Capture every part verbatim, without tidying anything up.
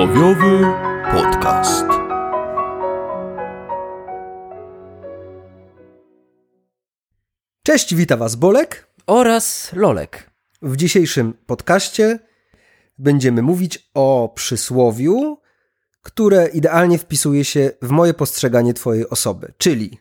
Przysłowiowy podcast. Cześć, wita Was Bolek oraz Lolek. W dzisiejszym podcaście będziemy mówić o przysłowiu, które idealnie wpisuje się w moje postrzeganie Twojej osoby, czyli...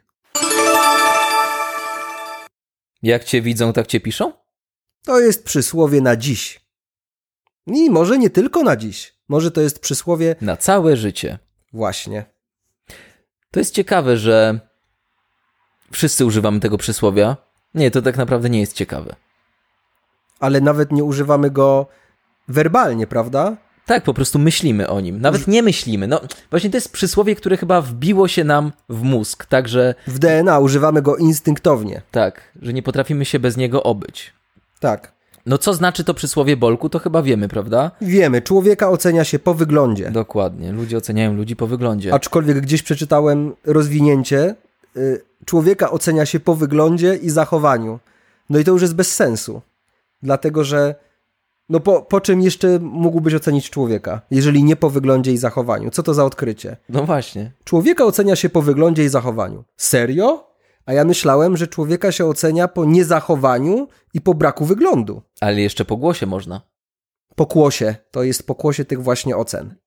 Jak Cię widzą, tak Cię piszą? To jest przysłowie na dziś. I może nie tylko na dziś. Może to jest przysłowie... Na całe życie. Właśnie. To jest ciekawe, że wszyscy używamy tego przysłowia. Nie, to tak naprawdę nie jest ciekawe. Ale nawet nie używamy go werbalnie, prawda? Tak, po prostu myślimy o nim. Nawet nie myślimy. No właśnie to jest przysłowie, które chyba wbiło się nam w mózg, także... W D N A używamy go instynktownie. Tak, że nie potrafimy się bez niego obyć. Tak. No co znaczy to przysłowie, Bolku, to chyba wiemy, prawda? Wiemy, człowieka ocenia się po wyglądzie. Dokładnie, ludzie oceniają ludzi po wyglądzie. Aczkolwiek gdzieś przeczytałem rozwinięcie, y, człowieka ocenia się po wyglądzie i zachowaniu. No i to już jest bez sensu. Dlatego, że no po, po czym jeszcze mógłbyś ocenić człowieka, jeżeli nie po wyglądzie i zachowaniu? Co to za odkrycie? No właśnie. Człowieka ocenia się po wyglądzie i zachowaniu. Serio? A ja myślałem, że człowieka się ocenia po niezachowaniu i po braku wyglądu. Ale jeszcze po głosie można. Pokłosie. To jest pokłosie tych właśnie ocen.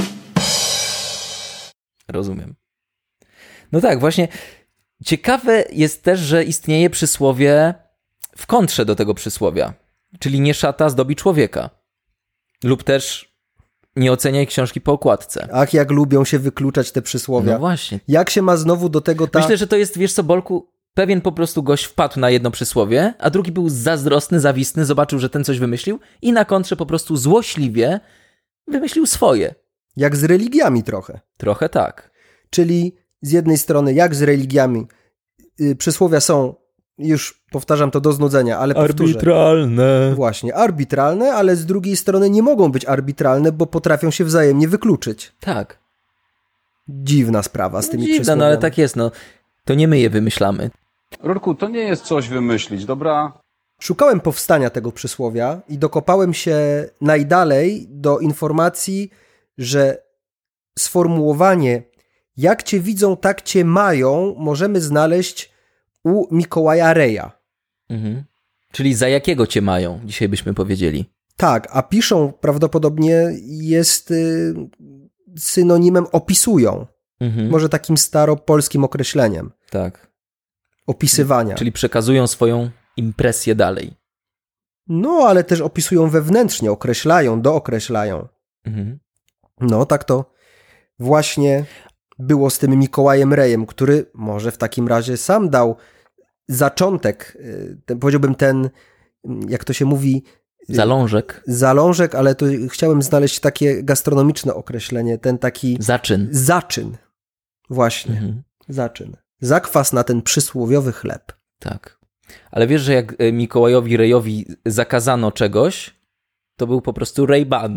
Rozumiem. No tak, właśnie ciekawe jest też, że istnieje przysłowie w kontrze do tego przysłowia. Czyli nie szata zdobi człowieka. Lub też nie oceniaj książki po okładce. Ach, jak lubią się wykluczać te przysłowia. No właśnie. Jak się ma znowu do tego ta... Myślę, że to jest, wiesz co, Bolku, pewien po prostu gość wpadł na jedno przysłowie, a drugi był zazdrosny, zawistny, zobaczył, że ten coś wymyślił i na kontrze po prostu złośliwie wymyślił swoje. Jak z religiami trochę. Trochę tak. Czyli z jednej strony, jak z religiami, yy, przysłowia są, już powtarzam to do znudzenia, ale powtórzę. Arbitralne. Właśnie, arbitralne, ale z drugiej strony nie mogą być arbitralne, bo potrafią się wzajemnie wykluczyć. Tak. Dziwna sprawa z No tymi dziwne, przysłowiami. no ale tak jest, no. To nie my je wymyślamy. Rurku, to nie jest coś wymyślić, dobra? Szukałem powstania tego przysłowia i dokopałem się najdalej do informacji, że sformułowanie jak cię widzą, tak cię mają możemy znaleźć u Mikołaja Reja. Mhm. Czyli za jakiego cię mają, dzisiaj byśmy powiedzieli. Tak, a piszą prawdopodobnie jest y, synonimem opisują. Mhm. Może takim staropolskim określeniem. Tak. Opisywania. Czyli przekazują swoją impresję dalej. No, ale też opisują wewnętrznie, określają, dookreślają. Mhm. No, tak to właśnie było z tym Mikołajem Rejem, który może w takim razie sam dał zaczątek, ten, powiedziałbym ten, jak to się mówi... Zalążek. Zalążek, ale tu chciałem znaleźć takie gastronomiczne określenie, ten taki... Zaczyn. Zaczyn. Właśnie, Mhm. zaczyn. Zakwas na ten przysłowiowy chleb. Tak. Ale wiesz, że jak Mikołajowi Rejowi zakazano czegoś, to był po prostu Ray-Ban.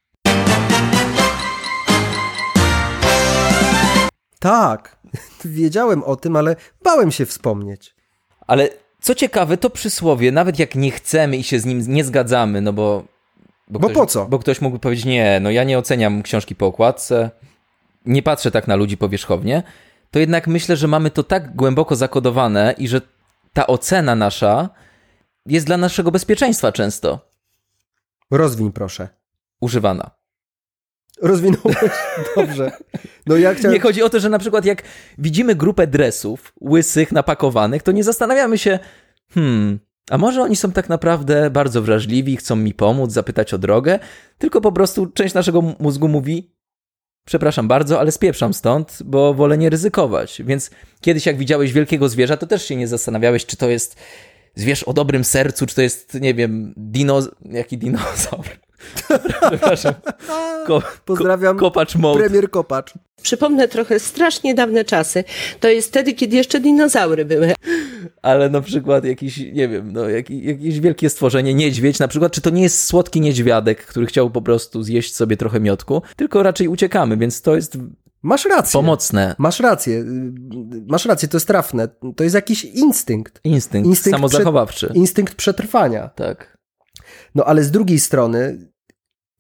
Tak, wiedziałem o tym, ale bałem się wspomnieć. Ale co ciekawe, to przysłowie, nawet jak nie chcemy i się z nim nie zgadzamy, no bo... Bo ktoś, po co? Bo ktoś mógłby powiedzieć, nie, no ja nie oceniam książki po okładce, nie patrzę tak na ludzi powierzchownie, to jednak myślę, że mamy to tak głęboko zakodowane i że ta ocena nasza jest dla naszego bezpieczeństwa często Rozwiń proszę. używana. Rozwinąłeś? Dobrze. No ja chciałem... Nie chodzi o to, że na przykład jak widzimy grupę dresów łysych, napakowanych, to nie zastanawiamy się, hmm, a może oni są tak naprawdę bardzo wrażliwi, chcą mi pomóc, zapytać o drogę, tylko po prostu część naszego mózgu mówi, przepraszam bardzo, ale spieprzam stąd, bo wolę nie ryzykować. Więc kiedyś jak widziałeś wielkiego zwierza, to też się nie zastanawiałeś, czy to jest zwierz o dobrym sercu, czy to jest, nie wiem, dinoz... Jaki dinozaur? Przepraszam. Ko- Pozdrawiam, ko- kopacz mode. premier Kopacz. Przypomnę trochę strasznie dawne czasy. To jest wtedy, kiedy jeszcze dinozaury były. Ale na przykład jakiś, nie wiem, no, jak, jakieś wielkie stworzenie, niedźwiedź na przykład, czy to nie jest słodki niedźwiadek, który chciał po prostu zjeść sobie trochę miodku, tylko raczej uciekamy, więc to jest Masz rację. pomocne. Masz rację. Masz rację, to jest trafne. To jest jakiś instynkt. Instynkt, Instynkt samozachowawczy. Prze- instynkt przetrwania. Tak. No ale z drugiej strony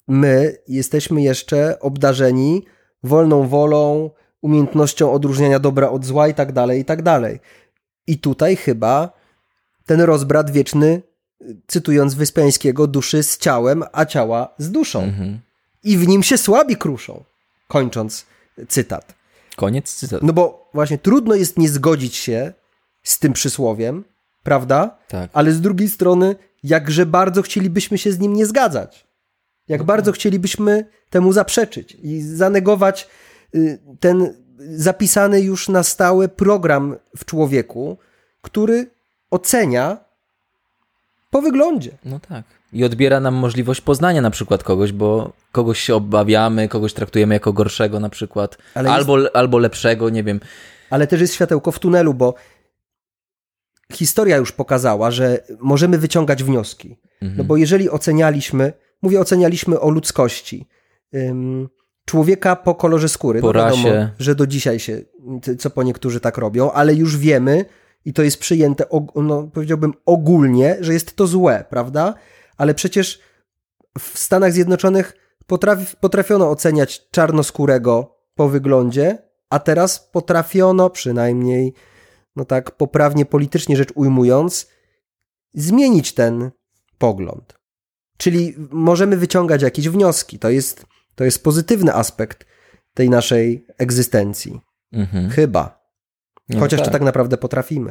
my jesteśmy jeszcze obdarzeni wolną wolą, umiejętnością odróżniania dobra od zła i tak dalej, i tak dalej. I tutaj chyba ten rozbrat wieczny, cytując Wyspiańskiego, duszy z ciałem, a ciała z duszą. Mhm. I w nim się słabi kruszą. Kończąc cytat. Koniec cytatu. No bo właśnie trudno jest nie zgodzić się z tym przysłowiem, prawda? Tak. Ale z drugiej strony, jakże bardzo chcielibyśmy się z nim nie zgadzać. Jak No bardzo tak. chcielibyśmy temu zaprzeczyć i zanegować y, ten zapisany już na stałe program w człowieku, który ocenia po wyglądzie. No tak. I odbiera nam możliwość poznania na przykład kogoś, bo kogoś się obawiamy, kogoś traktujemy jako gorszego na przykład, Ale jest- albo, albo lepszego, nie wiem. Ale też jest światełko w tunelu, bo historia już pokazała, że możemy wyciągać wnioski. Mhm. No bo jeżeli ocenialiśmy, mówię ocenialiśmy o ludzkości, ym, człowieka po kolorze skóry, Po no wiadomo, rasie. że do dzisiaj się, co po niektórzy tak robią, ale już wiemy i to jest przyjęte, og- no, powiedziałbym ogólnie, że jest to złe, prawda? Ale przecież w Stanach Zjednoczonych potrafi, potrafiono oceniać czarnoskórego po wyglądzie, a teraz potrafiono przynajmniej, no tak poprawnie politycznie rzecz ujmując, zmienić ten pogląd. Czyli możemy wyciągać jakieś wnioski. To jest, to jest pozytywny aspekt tej naszej egzystencji. Mhm. Chyba. No Chociaż tak. to tak naprawdę potrafimy.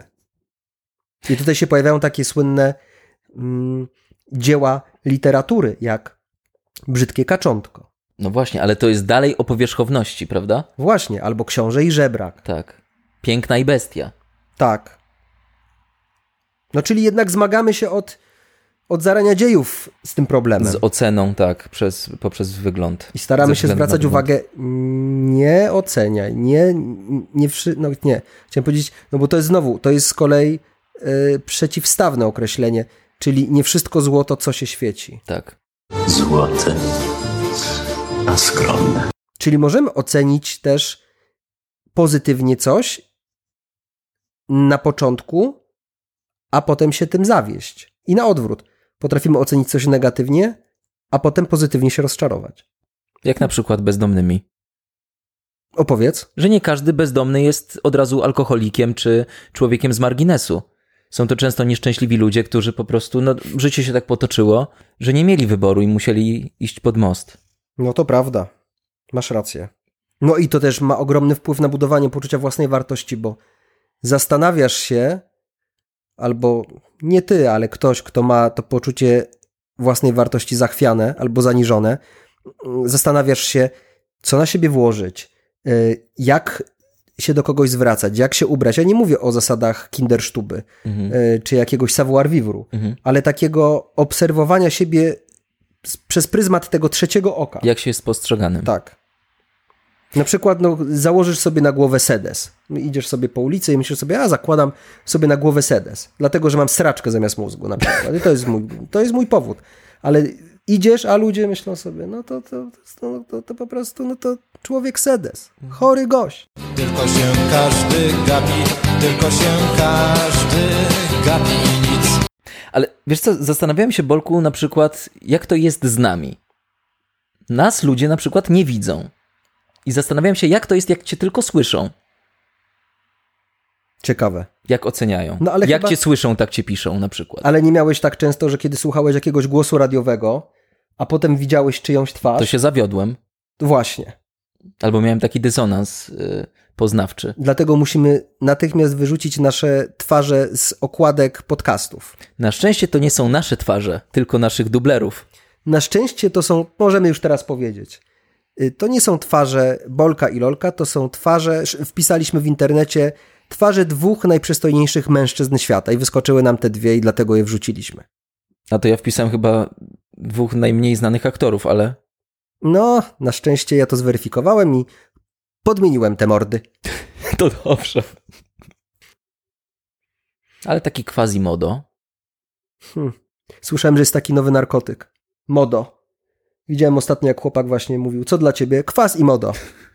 I tutaj się pojawiają takie słynne mm, dzieła literatury, jak Brzydkie kaczątko. No właśnie, ale to jest dalej o powierzchowności, prawda? Właśnie, albo Książę i żebrak. Tak. Piękna i bestia. Tak. No czyli jednak zmagamy się od, od zarania dziejów z tym problemem. Z oceną, tak, przez, poprzez wygląd. I staramy Ze się względu na zwracać wygląd. uwagę, nie oceniaj, nie, nie, wszy, no nie, chciałem powiedzieć, no bo to jest znowu, to jest z kolei y, przeciwstawne określenie, czyli nie wszystko złoto, co się świeci. Tak. Złote, a skromne. Czyli możemy ocenić też pozytywnie coś na początku, a potem się tym zawieść. I na odwrót. Potrafimy ocenić coś negatywnie, a potem pozytywnie się rozczarować. Jak na przykład bezdomnymi. Opowiedz. Że nie każdy bezdomny jest od razu alkoholikiem czy człowiekiem z marginesu. Są to często nieszczęśliwi ludzie, którzy po prostu, no, życie się tak potoczyło, że nie mieli wyboru i musieli iść pod most. No to prawda. Masz rację. No i to też ma ogromny wpływ na budowanie poczucia własnej wartości, bo zastanawiasz się, albo nie ty, ale ktoś, kto ma to poczucie własnej wartości zachwiane albo zaniżone, zastanawiasz się, co na siebie włożyć, jak się do kogoś zwracać, jak się ubrać. Ja nie mówię o zasadach kindersztuby, Mhm. czy jakiegoś savoir-vivre, Mhm. ale takiego obserwowania siebie z- przez pryzmat tego trzeciego oka. Jak się jest postrzeganym. Tak. Na przykład no, założysz sobie na głowę sedes. Idziesz sobie po ulicy i myślisz sobie, a zakładam sobie na głowę sedes, dlatego, że mam sraczkę zamiast mózgu na przykład. I to jest mój, to jest mój powód. Ale idziesz, a ludzie myślą sobie, no to, to, to, to, to po prostu no to człowiek sedes. Chory gość. Tylko się każdy gapi, tylko się każdy gapi i nic. Ale wiesz co, zastanawiałem się, Bolku, na przykład, jak to jest z nami. Nas ludzie na przykład nie widzą. I zastanawiałem się, jak to jest, jak cię tylko słyszą. Ciekawe. Jak oceniają. No, ale jak chyba- cię słyszą, tak cię piszą na przykład. Ale nie miałeś tak często, że kiedy słuchałeś jakiegoś głosu radiowego, a potem widziałeś czyjąś twarz? To się zawiodłem. Właśnie. Albo miałem taki dysonans y, poznawczy. Dlatego musimy natychmiast wyrzucić nasze twarze z okładek podcastów. Na szczęście to nie są nasze twarze, tylko naszych dublerów. Na szczęście to są, możemy już teraz powiedzieć, y, to nie są twarze Bolka i Lolka, to są twarze, sz- wpisaliśmy w internecie twarze dwóch najprzystojniejszych mężczyzn świata i wyskoczyły nam te dwie i dlatego je wrzuciliśmy. A to ja wpisałem chyba dwóch najmniej znanych aktorów, ale No, na szczęście ja to zweryfikowałem i podmieniłem te mordy. to dobrze. Ale taki quasi-modo. Hmm. Słyszałem, że jest taki nowy narkotyk. Modo. Widziałem ostatnio, jak chłopak właśnie mówił, co dla ciebie? Kwas i modo.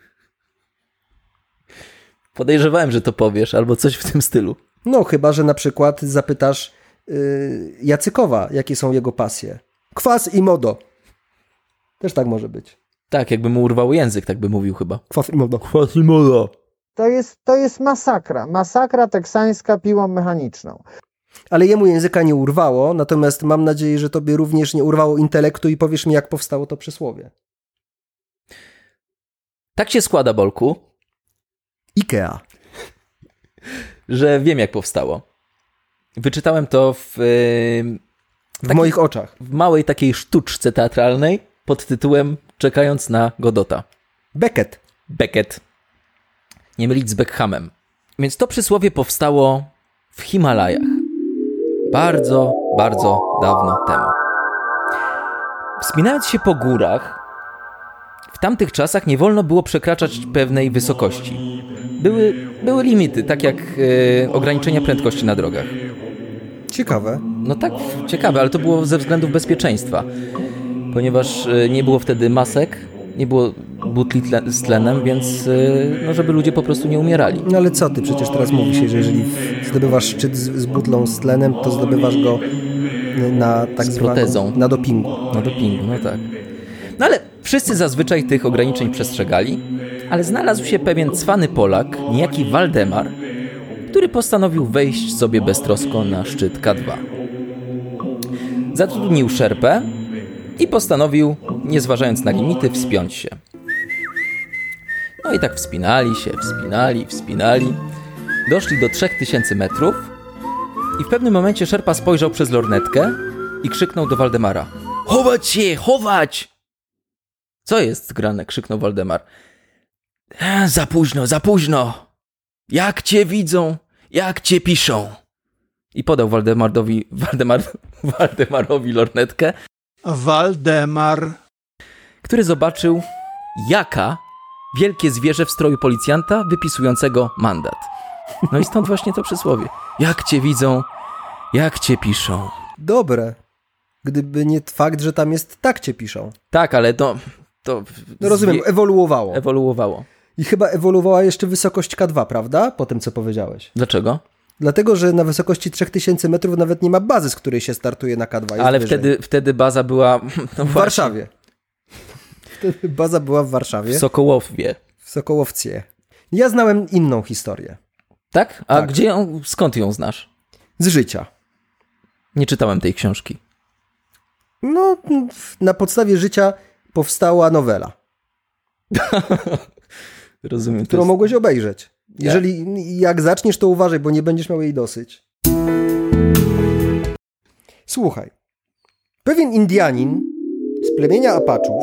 Podejrzewałem, że to powiesz, albo coś w tym stylu. No, chyba że na przykład zapytasz yy, Jacykowa, jakie są jego pasje. Kwas i modo. Też tak może być. Tak, jakby mu urwało język, tak by mówił chyba. Quasimodo. Quasimodo. To jest, to jest masakra. Masakra teksańska piłą mechaniczną. Ale jemu języka nie urwało, natomiast mam nadzieję, że tobie również nie urwało intelektu i powiesz mi, jak powstało to przysłowie. Tak się składa, Bolku, Ikea. że wiem, jak powstało. Wyczytałem to w, yy, W taki, moich oczach. w małej takiej sztuczce teatralnej pod tytułem Czekając na Godota. Beckett. Beckett. Nie mylić z Beckhamem. Więc to przysłowie powstało w Himalajach. Bardzo, bardzo dawno temu. Wspinając się po górach, w tamtych czasach nie wolno było przekraczać pewnej wysokości. Były, były limity, tak jak e, ograniczenia prędkości na drogach. Ciekawe. No tak, ciekawe, ale to było ze względów bezpieczeństwa. Ponieważ e, nie było wtedy masek, nie było butli tle, z tlenem, więc e, no, żeby ludzie po prostu nie umierali. No ale co ty, przecież teraz mówi się, że jeżeli zdobywasz szczyt z, z butlą z tlenem, to zdobywasz go na tak Z zwaną... protezą. Na dopingu. Na dopingu, no tak. No ale wszyscy zazwyczaj tych ograniczeń przestrzegali, ale znalazł się pewien cwany Polak, niejaki Waldemar, który postanowił wejść sobie beztrosko na szczyt K dwa. Zatrudnił szerpę i postanowił, nie zważając na limity, wspiąć się. No i tak wspinali się, wspinali, wspinali. Doszli do trzech tysięcy metrów i w pewnym momencie szerpa spojrzał przez lornetkę i krzyknął do Waldemara: chować się, chować! Co jest grane? Krzyknął Waldemar. E, za późno, za późno. Jak cię widzą, jak cię piszą. I podał Waldemarowi, Waldemar, Waldemarowi lornetkę, Waldemar. który zobaczył jaka wielkie zwierzę w stroju policjanta wypisującego mandat. No i stąd właśnie to przysłowie. Jak cię widzą, jak cię piszą. Dobre. Gdyby nie fakt, że tam jest tak cię piszą. Tak, ale to... to No rozumiem, zwie- ewoluowało. ewoluowało. I chyba ewoluowała jeszcze wysokość K dwa, prawda? Po tym, co powiedziałeś. Dlaczego? Dlatego, że na wysokości trzech tysięcy metrów nawet nie ma bazy, z której się startuje na K dwa. Jest Ale wyżej. wtedy, wtedy baza była... No W Warszawie. Wtedy baza była w Warszawie. W Sokołowie. W Sokołowcie. Ja znałem inną historię. Tak? A Tak. gdzie ją, skąd ją znasz? Z życia. Nie czytałem tej książki. No, na podstawie życia powstała nowela, Rozumiem. którą jest... mogłeś obejrzeć. Jeżeli, jak zaczniesz, to uważaj, bo nie będziesz miał jej dosyć. Słuchaj. Pewien Indianin z plemienia Apaczów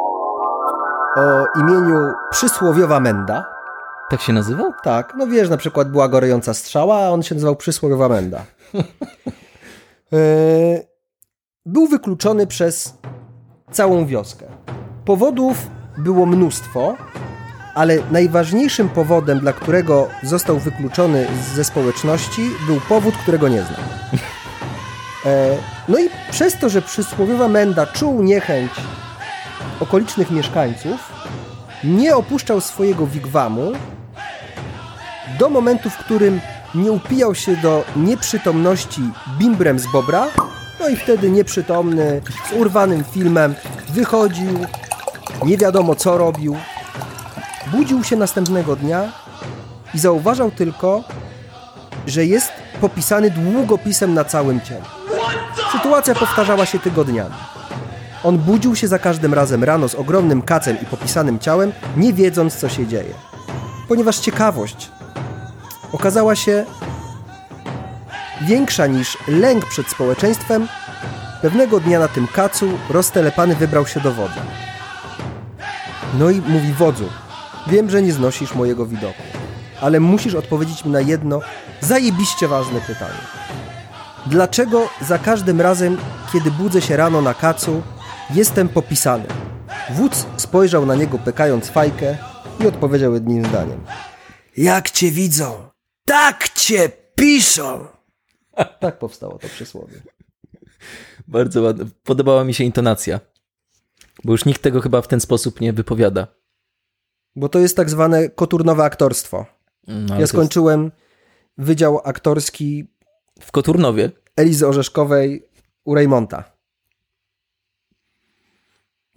o imieniu Przysłowiowa Menda. Tak się nazywał? Tak, no wiesz, na przykład była gorejąca strzała, a on się nazywał Przysłowiowa Menda. e, był wykluczony przez całą wioskę. Powodów było mnóstwo, ale najważniejszym powodem, dla którego został wykluczony ze społeczności, był powód, którego nie znał. E, no i przez to, że Przysłowiowa Menda czuł niechęć okolicznych mieszkańców, nie opuszczał swojego wigwamu do momentu, w którym nie upijał się do nieprzytomności bimbrem z bobra, no i wtedy nieprzytomny, z urwanym filmem, wychodził, nie wiadomo co robił. Budził się następnego dnia i zauważał tylko, że jest popisany długopisem na całym ciele. Sytuacja powtarzała się tygodniami. On budził się za każdym razem rano z ogromnym kacem i popisanym ciałem, nie wiedząc, co się dzieje. Ponieważ ciekawość okazała się większa niż lęk przed społeczeństwem, pewnego dnia na tym kacu roztelepany wybrał się do wodza. No i mówi: wodzu, wiem, że nie znosisz mojego widoku, ale musisz odpowiedzieć mi na jedno zajebiście ważne pytanie. Dlaczego za każdym razem, kiedy budzę się rano na kacu, jestem popisany? Wódz spojrzał na niego, pekając fajkę, i odpowiedział jednym zdaniem: jak cię widzą, tak cię piszą. Tak powstało to przysłowie. Bardzo ładne. Podobała mi się intonacja. Bo już nikt tego chyba w ten sposób nie wypowiada. Bo to jest tak zwane koturnowe aktorstwo. No, ale Ja to skończyłem wydział aktorski jest w Koturnowie. Elizy Orzeszkowej u Rejmonta.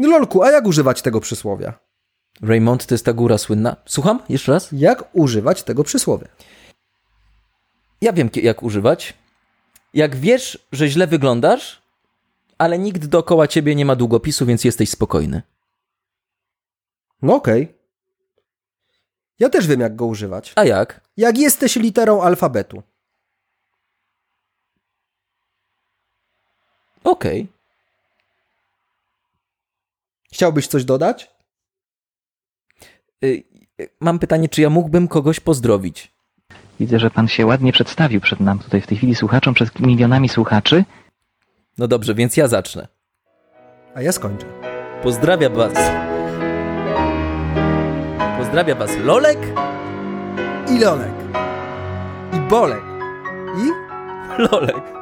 No Lolku, a jak używać tego przysłowia? Raymond, to jest ta góra słynna. Słucham? Jeszcze raz? Jak używać tego przysłowia? Ja wiem, jak używać. Jak wiesz, że źle wyglądasz, ale nikt dookoła ciebie nie ma długopisu, więc jesteś spokojny. No okej. Okay. Ja też wiem, jak go używać. A jak? Jak jesteś literą alfabetu. Okej. Okay. Chciałbyś coś dodać? Y- mam pytanie, czy ja mógłbym kogoś pozdrowić? Widzę, że pan się ładnie przedstawił przed nam tutaj w tej chwili słuchaczom, przed milionami słuchaczy. No dobrze, więc ja zacznę. A ja skończę. Pozdrawiam was. Pozdrawiam was Lolek i Lolek. I Bolek. I Lolek.